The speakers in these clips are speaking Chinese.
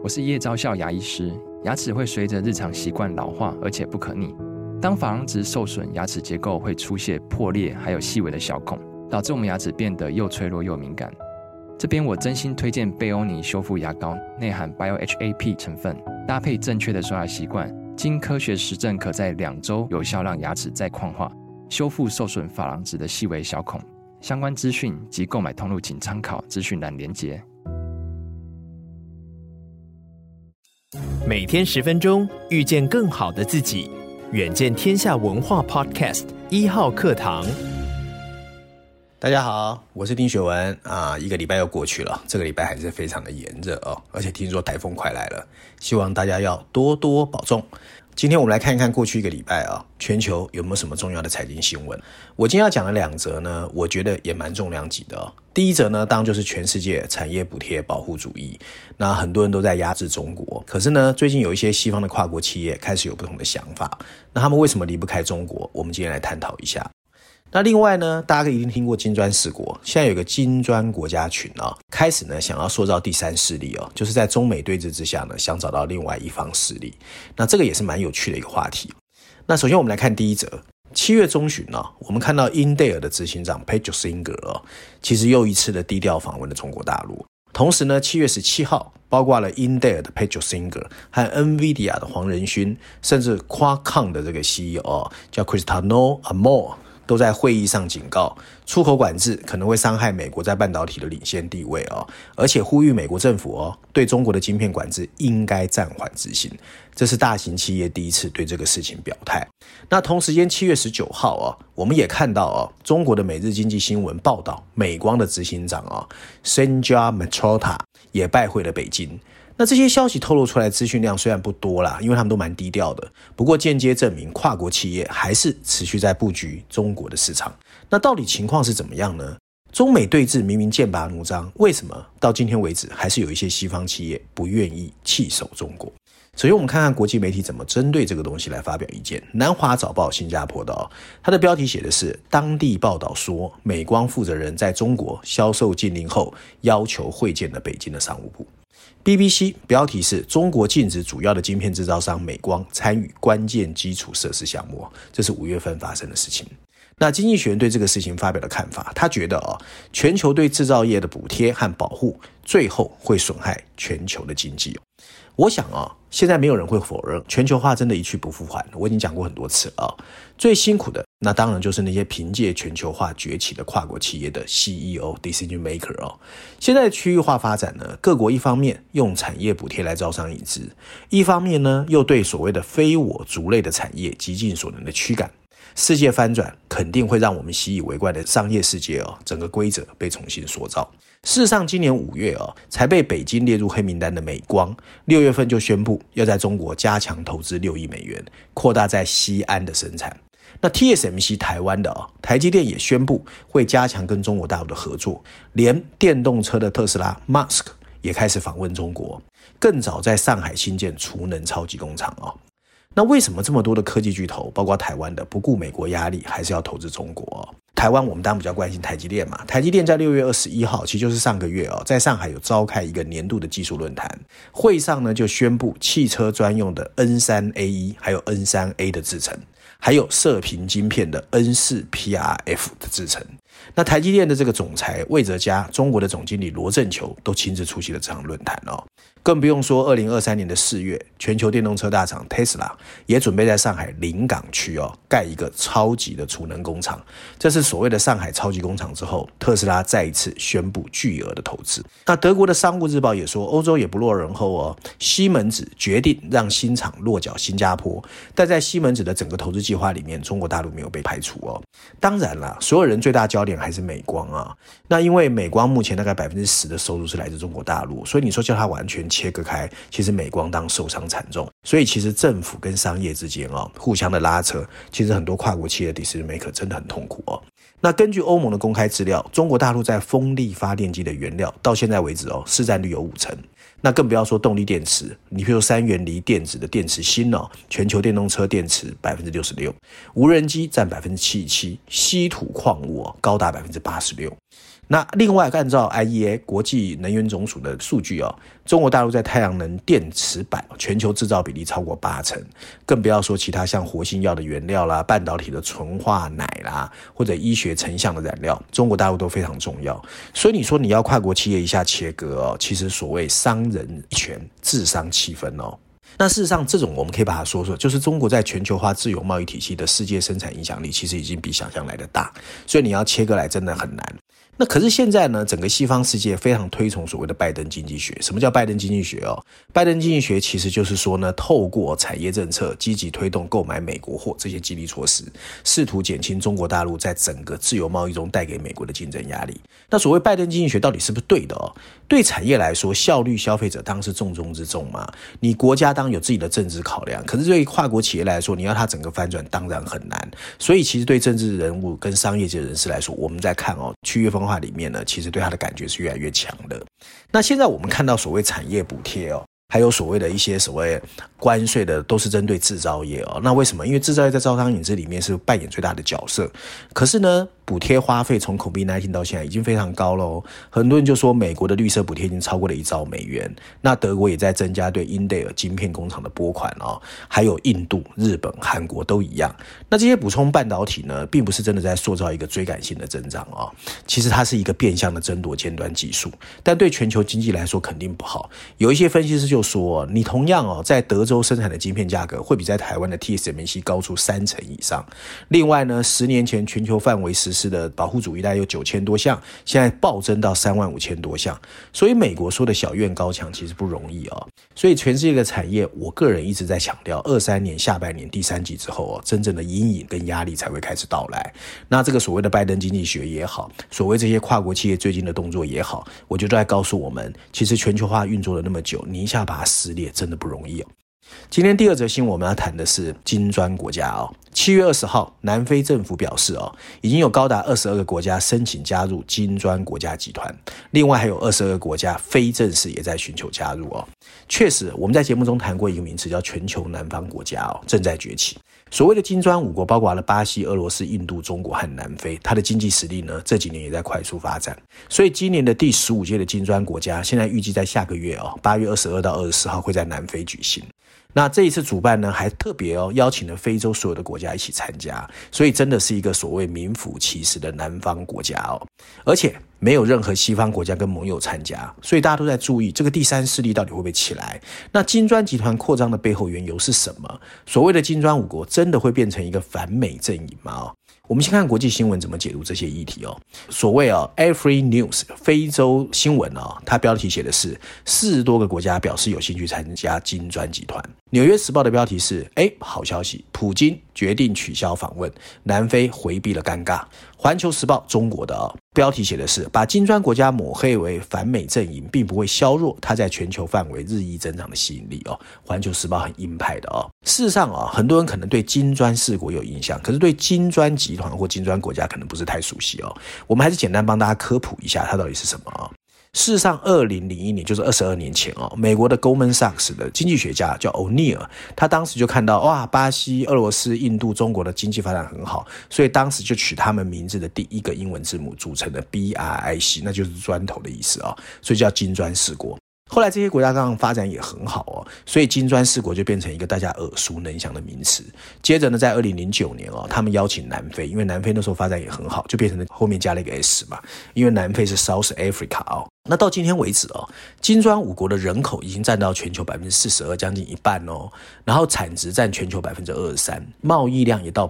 我是叶昭孝牙医师。牙齿会随着日常习惯老化，而且不可逆。当珐琅质受损，牙齿结构会出现破裂，还有细微的小孔，导致我们牙齿变得又脆弱又敏感。这边我真心推荐贝欧尼修复牙膏，内含 BioHAP 成分，搭配正确的刷牙习惯，经科学实证可在2周有效让牙齿再矿化，修复受损珐琅质的细微小孔。相关资讯及购买通路请参考资讯栏连结。 每天10分钟，遇见更好的自己。远见天下文化 Podcast 1号课堂。 大家好，我是丁学文啊。一个礼拜又过去了，这个礼拜还是非常的炎热哦，而且听说台风快来了，希望大家要多多保重。今天我们来看一看过去一个礼拜啊，全球有没有什么重要的财经新闻？我今天要讲的2则呢，我觉得也蛮重量级的哦。第一则呢，当然就是全世界产业补贴保护主义，那很多人都在压制中国。可是呢，最近有一些西方的跨国企业开始有不同的想法，那他们为什么离不开中国？我们今天来探讨一下。那另外呢，大家一定听过金砖4国，现在有一个金砖国家群啊，开始呢想要塑造第3势力哦，就是在中美对峙之下呢，想找到另外一方势力。那这个也是蛮有趣的一个话题。那首先我们来看第一则，7月中旬啊，我们看到英戴尔的执行长 Pat Gelsinger 哦，其实又一次的低调访问了中国大陆。同时呢，7月17号，包括了英戴尔的 Pat Gelsinger 和 NVIDIA 的黄仁勋，甚至 Qualcomm 的这个 CEO 叫 Cristiano Amon，都在会议上警告，出口管制可能会伤害美国在半导体的领先地位哦，而且呼吁美国政府哦，对中国的晶片管制应该暂缓执行。这是大型企业第一次对这个事情表态。那同时间7月19号哦，我们也看到哦，中国的每日经济新闻报道，美光的执行长哦 Sanjay Mehrotra 也拜会了北京。那这些消息透露出来的资讯量虽然不多啦，因为他们都蛮低调的，不过间接证明跨国企业还是持续在布局中国的市场。那到底情况是怎么样呢？中美对峙明明剑拔弩张，为什么到今天为止还是有一些西方企业不愿意弃守中国？首先我们看看国际媒体怎么针对这个东西来发表意见。南华早报新加坡的它的标题写的是，当地报道说美光负责人在中国销售禁令后要求会见了北京的商务部。BBC 标题是，中国禁止主要的晶片制造商美光参与关键基础设施项目，这是5月份发生的事情。那经济学人对这个事情发表了看法，他觉得全球对制造业的补贴和保护最后会损害全球的经济。我想现在没有人会否认全球化真的一去不复返，我已经讲过很多次了。最辛苦的那当然就是那些凭借全球化崛起的跨国企业的 CEO Decision Maker 现在区域化发展呢，各国一方面用产业补贴来招商引资，一方面呢又对所谓的非我族类的产业极尽所能的驱赶。世界翻转肯定会让我们习以为惯的商业世界整个规则被重新塑造。事实上今年5月才被北京列入黑名单的美光，6月份就宣布要在中国加强投资6亿美元，扩大在西安的生产。那 TSMC 台湾的台积电也宣布会加强跟中国大陆的合作，连电动车的特斯拉 Musk 也开始访问中国，更早在上海新建储能超级工厂那为什么这么多的科技巨头，包括台湾的，不顾美国压力还是要投资中国台湾我们当然比较关心台积电嘛，台积电在6月21号，其实就是上个月在上海有召开一个年度的技术论坛，会上呢就宣布汽车专用的 N3A1 还有 N3A 的制程，还有射频晶片的 N4PRF 的制程。那台积电的这个总裁魏哲嘉，中国的总经理罗振球都亲自出席了这场论坛更不用说2023年的4月，全球电动车大厂 Tesla 也准备在上海临港区盖一个超级的储能工厂。这是所谓的上海超级工厂之后，特斯拉再一次宣布巨额的投资。那德国的商务日报也说，欧洲也不落人后西门子决定让新厂落脚新加坡，但在西门子的整个投资计划里面，中国大陆没有被排除当然啦，所有人最大焦点还是美光那因为美光目前大概 10% 的收入是来自中国大陆，所以你说叫它完全切割开，其实美光当受伤惨重。所以其实政府跟商业之间互相的拉扯，其实很多跨国企业的 decision maker 真的很痛苦那根据欧盟的公开资料，中国大陆在风力发电机的原料到现在为止市占率有50%。那更不要说动力电池，你譬如三元锂电子的电池芯全球电动车电池 66%， 无人机占 77%， 稀土矿物高达 86%。 那另外按照 IEA 国际能源总署的数据中国大陆在太阳能电池板全球制造比例超过80%，更不要说其他像活性药的原料啦、半导体的纯化奶啦，或者医学成像的燃料，中国大陆都非常重要。所以你说你要跨国企业一下切割其实所谓商人一拳，智商7分那事实上这种我们可以把它说就是中国在全球化自由贸易体系的世界生产影响力其实已经比想象来的大，所以你要切割来真的很难。那可是现在呢，整个西方世界非常推崇所谓的拜登经济学。什么叫拜登经济学拜登经济学其实就是说呢，透过产业政策积极推动购买美国货这些激励措施，试图减轻中国大陆在整个自由贸易中带给美国的竞争压力。那所谓拜登经济学到底是不是对的对产业来说，效率消费者当然是重中之重嘛。你国家当然有自己的政治考量，可是对于跨国企业来说，你要它整个翻转当然很难。所以其实对政治人物跟商业界人士来说，我们在看区域分化里面呢，其实对他的感觉是越来越强的。那现在我们看到所谓产业补贴还有所谓的一些所谓关税的，都是针对制造业那为什么？因为制造业在招商引资里面是扮演最大的角色。可是呢，补贴花费从 COVID-19 到现在已经非常高咯。很多人就说美国的绿色补贴已经超过了1兆美元，那德国也在增加对英特尔晶片工厂的拨款还有印度、日本、韩国都一样。那这些补充半导体呢，并不是真的在塑造一个追赶性的增长其实它是一个变相的争夺尖端技术，但对全球经济来说肯定不好。有一些分析师就说你同样在德州生产的晶片价格会比在台湾的 TSMC 高出30%以上。另外呢，10年前全球范围实施的保护主义大概有9000多项，现在暴增到35000多项。所以美国说的小院高墙其实不容易所以全世界的产业，我个人一直在强调23年下半年第3季之后真正的阴影跟压力才会开始到来。那这个所谓的拜登经济学也好，所谓这些跨国企业最近的动作也好，我觉得在告诉我们，其实全球化运作了那么久，你一下把它撕裂真的不容易今天第二则新闻我们要谈的是金砖国家7月20号，南非政府表示已经有高达22个国家申请加入金砖国家集团，另外还有22个国家非正式也在寻求加入确实，我们在节目中谈过一个名词叫全球南方国家正在崛起。所谓的金砖5国包括了巴西、俄罗斯、印度、中国和南非，它的经济实力呢这几年也在快速发展。所以今年的第15届的金砖国家现在预计在下个月8月22到24号会在南非举行。那这一次主办呢，还特别邀请了非洲所有的国家一起参加，所以真的是一个所谓名副其实的南方国家而且没有任何西方国家跟盟友参加，所以大家都在注意这个第三势力到底会不会起来。那金砖集团扩张的背后缘由是什么？所谓的金砖5国真的会变成一个反美阵营吗？我们先看国际新闻怎么解读这些议题所谓Afri News 非洲新闻它标题写的是40多个国家表示有兴趣参加金砖集团。纽约时报的标题是好消息，普京决定取消访问，南非回避了尴尬。环球时报中国的标题写的是把金砖国家抹黑为反美阵营并不会削弱它在全球范围日益增长的吸引力环球时报很鹰派的事实上很多人可能对金砖4国有印象，可是对金砖集团或金砖国家可能不是太熟悉我们还是简单帮大家科普一下它到底是什么事实上2001年就是22年前美国的 Goldman Sachs 的经济学家叫 O'Neill， 他当时就看到巴西、俄罗斯、印度、中国的经济发展很好，所以当时就取他们名字的第一个英文字母组成的 BRIC， 那就是砖头的意思所以叫金砖4国。后来这些国家当然发展也很好所以金砖4国就变成一个大家耳熟能详的名词。接着呢，在2009年他们邀请南非，因为南非那时候发展也很好，就变成了后面加了一个 S 嘛，因为南非是 South Africa那到今天为止金砖5国的人口已经占到全球 42%， 将近一半然后产值占全球 23%， 贸易量也到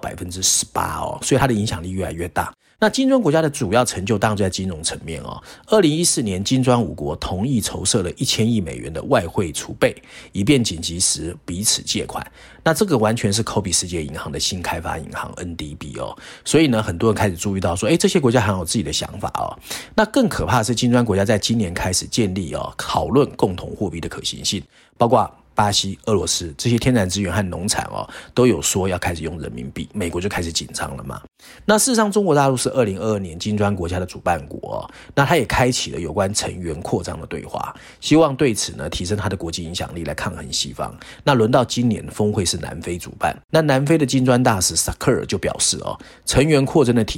18%所以它的影响力越来越大。那金砖国家的主要成就当然就在金融层面2014年金砖5国同意筹设了1000亿美元的外汇储备，以便紧急时彼此借款。那这个完全是 copy 世界银行的新开发银行 NDB 所以呢，很多人开始注意到说这些国家还有自己的想法那更可怕的是金砖国家在今年开始建立讨论共同货币的可行性，包括巴西、俄罗斯这些天然资源和农产都有说要开始用人民币，美国就开始紧张了嘛。那事实上中国大陆是2022年金砖国家的主办国那它也开启了有关成员扩张的对话，希望对此呢提升它的国际影响力来抗衡西方。那轮到今年峰会是南非主办，那南非的金砖大使萨克尔就表示成员扩增的提议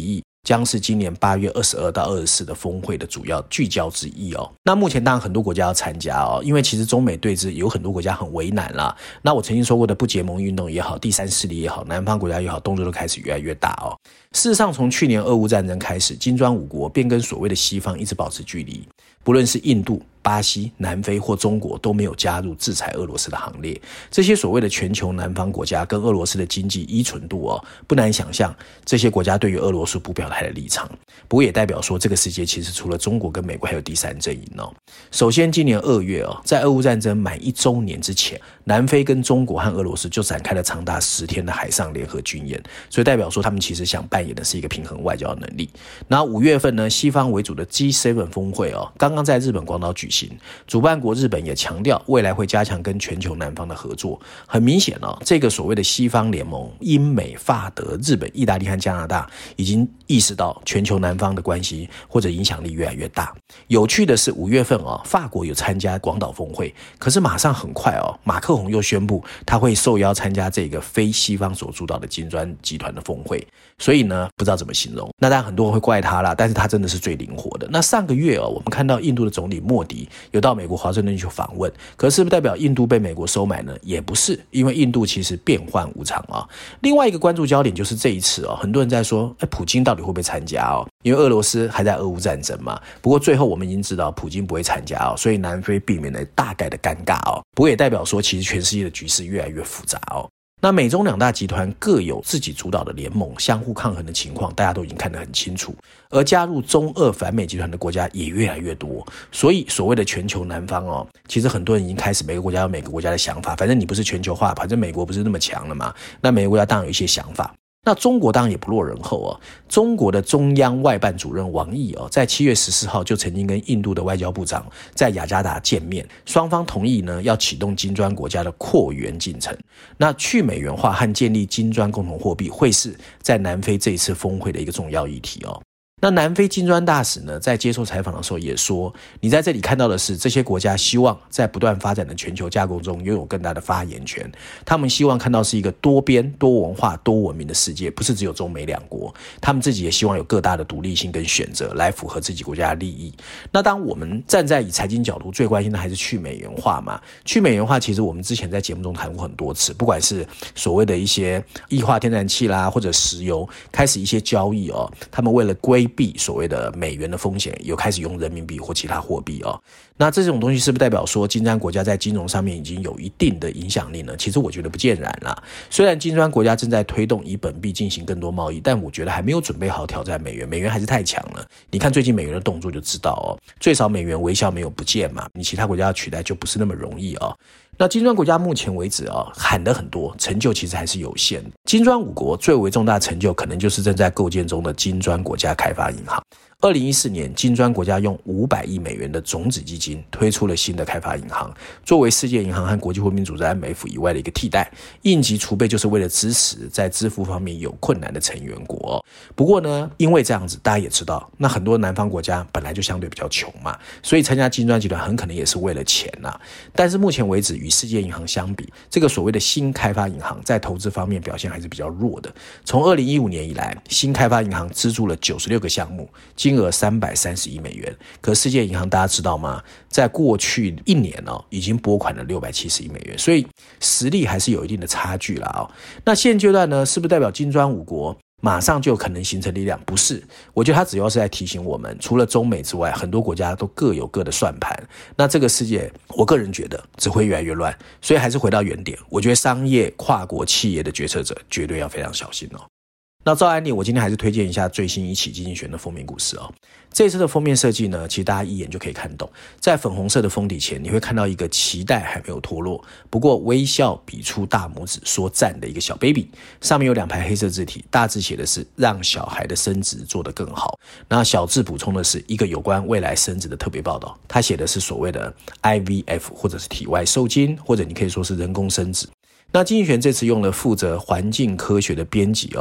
将是今年8月22到24的峰会的主要聚焦之一哦。那目前当然很多国家要参加哦，因为其实中美对峙有很多国家很为难啦。那我曾经说过的不结盟运动也好，第三势力也好，南方国家也好，动作都开始越来越大哦。事实上，从去年俄乌战争开始，金砖5国便跟所谓的西方一直保持距离，不论是印度、巴西、南非或中国都没有加入制裁俄罗斯的行列。这些所谓的全球南方国家跟俄罗斯的经济依存度哦，不难想象这些国家对于俄罗斯不表态的立场。不过也代表说，这个世界其实除了中国跟美国还有第三阵营哦。首先，今年2月哦，在俄乌战争满1周年之前，南非跟中国和俄罗斯就展开了长达10天的海上联合军演，所以代表说他们其实想扮演的是一个平衡外交的能力。然后5月份呢，西方为主的 G7 峰会哦，刚刚在日本广岛举行，主办国日本也强调未来会加强跟全球南方的合作。很明显哦，这个所谓的西方联盟，英美法德日本意大利和加拿大已经意识到全球南方的关系或者影响力越来越大。有趣的是5月份哦，法国有参加广岛峰会，可是马上很快哦，马克宏又宣布他会受邀参加这个非西方所主导的金砖集团的峰会。所以呢，不知道怎么形容。那当然很多人会怪他啦，但是他真的是最灵活的。那上个月哦，我们看到印度的总理莫迪有到美国华盛顿去访问，可是不代表印度被美国收买呢？也不是，因为印度其实变幻无常啊。另外一个关注焦点就是这一次哦，很多人在说，普京到底会不会参加哦？因为俄罗斯还在俄乌战争嘛。不过最后我们已经知道，普京不会参加哦，所以南非避免了大概的尴尬哦。不过也代表说，其实全世界的局势越来越复杂哦。那美中两大集团各有自己主导的联盟，相互抗衡的情况大家都已经看得很清楚，而加入中俄反美集团的国家也越来越多。所以所谓的全球南方哦，其实很多人已经开始每个国家有每个国家的想法，反正你不是全球化，反正美国不是那么强了嘛，那每个国家当然有一些想法。那中国当然也不落人后哦，中国的中央外办主任王毅哦，在7月14号就曾经跟印度的外交部长在雅加达见面，双方同意呢要启动金砖国家的扩员进程。那去美元化和建立金砖共同货币会是在南非这一次峰会的一个重要议题哦。那南非金砖大使呢，在接受采访的时候也说，你在这里看到的是这些国家希望在不断发展的全球架构中拥有更大的发言权，他们希望看到是一个多边、多文化、多文明的世界，不是只有中美两国，他们自己也希望有各大的独立性跟选择来符合自己国家的利益。那当我们站在以财经角度，最关心的还是去美元化嘛。去美元化其实我们之前在节目中谈过很多次，不管是所谓的一些液化天然气啦，或者石油开始一些交易哦，他们为了规避所谓的美元的风险，有开始用人民币或其他货币哦。那这种东西是不是代表说金砖国家在金融上面已经有一定的影响力呢？其实我觉得不尽然啦。虽然金砖国家正在推动以本币进行更多贸易，但我觉得还没有准备好挑战美元，美元还是太强了。你看最近美元的动作就知道哦，最少美元微笑没有不见嘛，你其他国家要取代就不是那么容易哦。那金砖国家目前为止喊得很多，成就其实还是有限的。金砖5国最为重大成就可能就是正在构建中的金砖国家开发银行。2014年，金砖国家用500亿美元的种子基金推出了新的开发银行，作为世界银行和国际货币组织 IMF 以外的一个替代。应急储备就是为了支持在支付方面有困难的成员国。不过呢，因为这样子，大家也知道，那很多南方国家本来就相对比较穷嘛，所以参加金砖集团很可能也是为了钱啊。但是目前为止，与世界银行相比，这个所谓的新开发银行在投资方面表现还是比较弱的。从2015年以来，新开发银行资助了96个项目，金额330亿美元。可世界银行大家知道吗？在过去1年已经拨款了670亿美元，所以实力还是有一定的差距啦。那现阶段呢，是不是代表金砖5国马上就有可能形成力量？不是，我觉得它主要是在提醒我们，除了中美之外，很多国家都各有各的算盘。那这个世界，我个人觉得只会越来越乱，所以还是回到原点，我觉得商业跨国企业的决策者绝对要非常小心哦。那照案例，我今天还是推荐一下最新一期基金选的封面故事哦。这次的封面设计呢，其实大家一眼就可以看懂，在粉红色的封底前，你会看到一个脐带还没有脱落，不过微笑比出大拇指说赞的一个小 baby， 上面有2排黑色字体，大字写的是让小孩的生殖做得更好，那小字补充的是一个有关未来生殖的特别报道，它写的是所谓的 IVF 或者是体外受精，或者你可以说是人工生殖。那经济学这次用了负责环境科学的编辑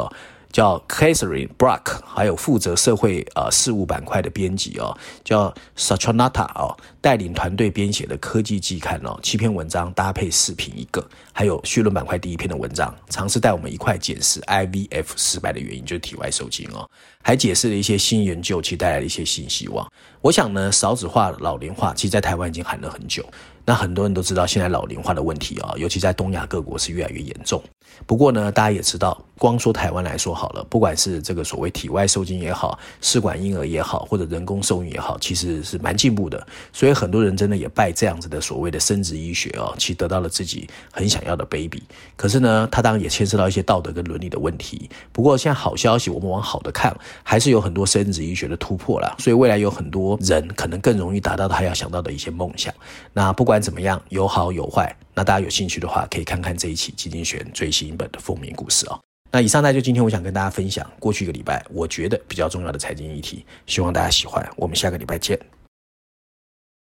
叫 Catherine Brock， 还有负责社会事务板块的编辑叫 Sachanata 带领团队编写的科技季刊7篇文章搭配视频1个，还有绪论板块第1篇的文章，尝试带我们一块检视 IVF 失败的原因，就是体外受精还解释了一些新研究其带来的一些新希望。我想呢，少子化、老龄化其实在台湾已经喊了很久，那很多人都知道现在老龄化的问题尤其在东亚各国是越来越严重。不过呢，大家也知道，光说台湾来说好了，不管是这个所谓体外受精也好，试管婴儿也好，或者人工受孕也好，其实是蛮进步的。所以很多人真的也拜这样子的所谓的生殖医学其实得到了自己很想要的 baby。可是呢，它当然也牵涉到一些道德跟伦理的问题。不过现在好消息，我们往好的看，还是有很多生殖医学的突破啦，所以未来有很多人可能更容易达到他要想到的一些梦想。那不管怎么样，有好有坏，那大家有兴趣的话，可以看看这一期基金选最新一本的封面故事那以上就今天我想跟大家分享过去1个礼拜我觉得比较重要的财经议题，希望大家喜欢，我们下个礼拜见。